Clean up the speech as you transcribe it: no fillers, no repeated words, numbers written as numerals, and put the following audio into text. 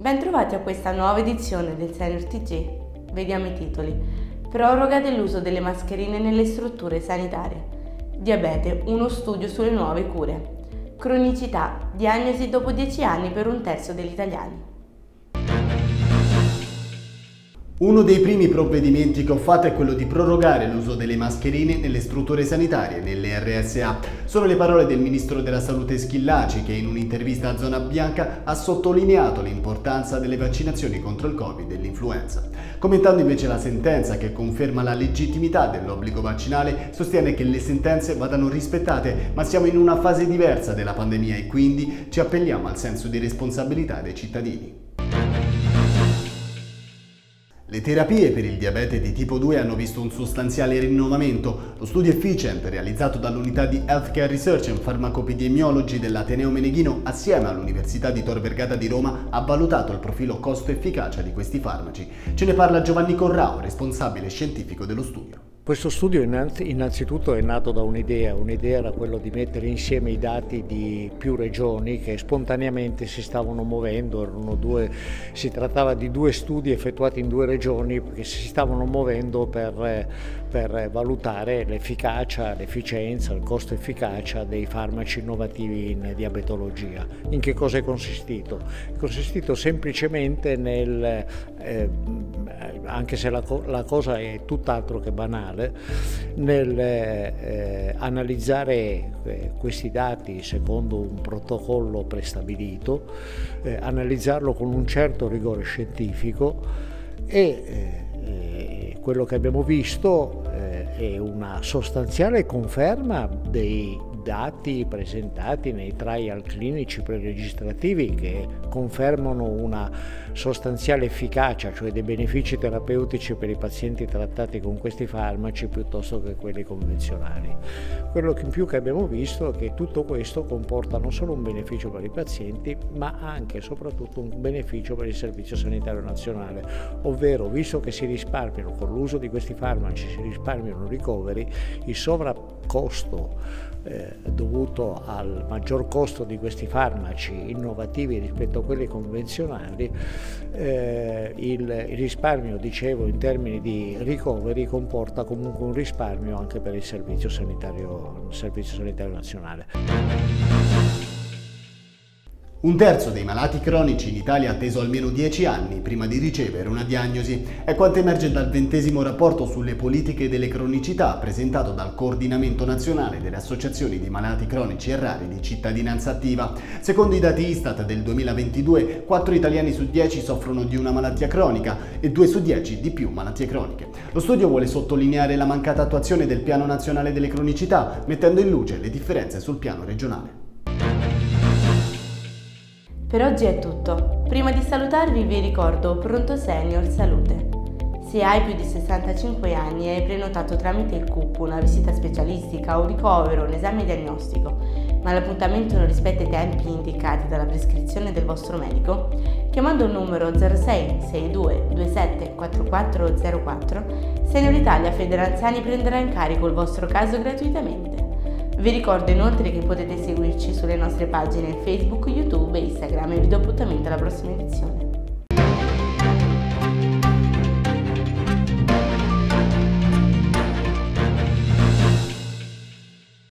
Bentrovati a questa nuova edizione del Senior TG. Vediamo i titoli. Proroga dell'uso delle mascherine nelle strutture sanitarie. Diabete, uno studio sulle nuove cure. Cronicità, diagnosi dopo 10 anni per un terzo degli italiani. Uno dei primi provvedimenti che ho fatto è quello di prorogare l'uso delle mascherine nelle strutture sanitarie, nelle RSA. Sono le parole del ministro della Salute Schillaci che in un'intervista a Zona Bianca ha sottolineato l'importanza delle vaccinazioni contro il Covid e l'influenza. Commentando invece la sentenza che conferma la legittimità dell'obbligo vaccinale, sostiene che le sentenze vadano rispettate, ma siamo in una fase diversa della pandemia e quindi ci appelliamo al senso di responsabilità dei cittadini. Le terapie per il diabete di tipo 2 hanno visto un sostanziale rinnovamento. Lo studio Efficient, realizzato dall'unità di Healthcare Research and Pharmacopidemiology dell'Ateneo Meneghino, assieme all'Università di Tor Vergata di Roma, ha valutato il profilo costo-efficacia di questi farmaci. Ce ne parla Giovanni Corrao, responsabile scientifico dello studio. Questo studio innanzitutto è nato da un'idea era quello di mettere insieme i dati di più regioni che spontaneamente si stavano muovendo, si trattava di 2 studi effettuati in 2 regioni che si stavano muovendo per valutare l'efficacia, l'efficienza, il costo-efficacia dei farmaci innovativi in diabetologia. In che cosa è consistito? È consistito semplicemente anche se la cosa è tutt'altro che banale, nel analizzare questi dati secondo un protocollo prestabilito, analizzarlo con un certo rigore scientifico e quello che abbiamo visto è una sostanziale conferma dei dati presentati nei trial clinici preregistrativi che confermano una sostanziale efficacia, cioè dei benefici terapeutici per i pazienti trattati con questi farmaci piuttosto che quelli convenzionali. Quello in più che abbiamo visto è che tutto questo comporta non solo un beneficio per i pazienti, ma anche e soprattutto un beneficio per il Servizio Sanitario Nazionale, ovvero visto che si risparmiano con l'uso di questi farmaci, si risparmiano ricoveri, il sovraccosto dovuto al maggior costo di questi farmaci innovativi rispetto a quelli convenzionali, il risparmio, dicevo, in termini di ricoveri comporta comunque un risparmio anche per il Servizio Sanitario Nazionale. Un terzo dei malati cronici in Italia ha atteso almeno 10 anni prima di ricevere una diagnosi. È quanto emerge dal 20° rapporto sulle politiche delle cronicità presentato dal Coordinamento Nazionale delle Associazioni di Malati Cronici e Rari di Cittadinanza Attiva. Secondo i dati Istat del 2022, 4 italiani su 10 soffrono di una malattia cronica e 2 su 10 di più malattie croniche. Lo studio vuole sottolineare la mancata attuazione del Piano Nazionale delle Cronicità, mettendo in luce le differenze sul piano regionale. Per oggi è tutto. Prima di salutarvi vi ricordo Pronto Senior Salute. Se hai più di 65 anni e hai prenotato tramite il CUP una visita specialistica, un ricovero, un esame diagnostico, ma l'appuntamento non rispetta i tempi indicati dalla prescrizione del vostro medico, chiamando il numero 06 62 27 4404, Senior Italia Federanziani prenderà in carico il vostro caso gratuitamente. Vi ricordo inoltre che potete seguirci sulle nostre pagine Facebook, YouTube e Instagram e vi do appuntamento alla prossima edizione.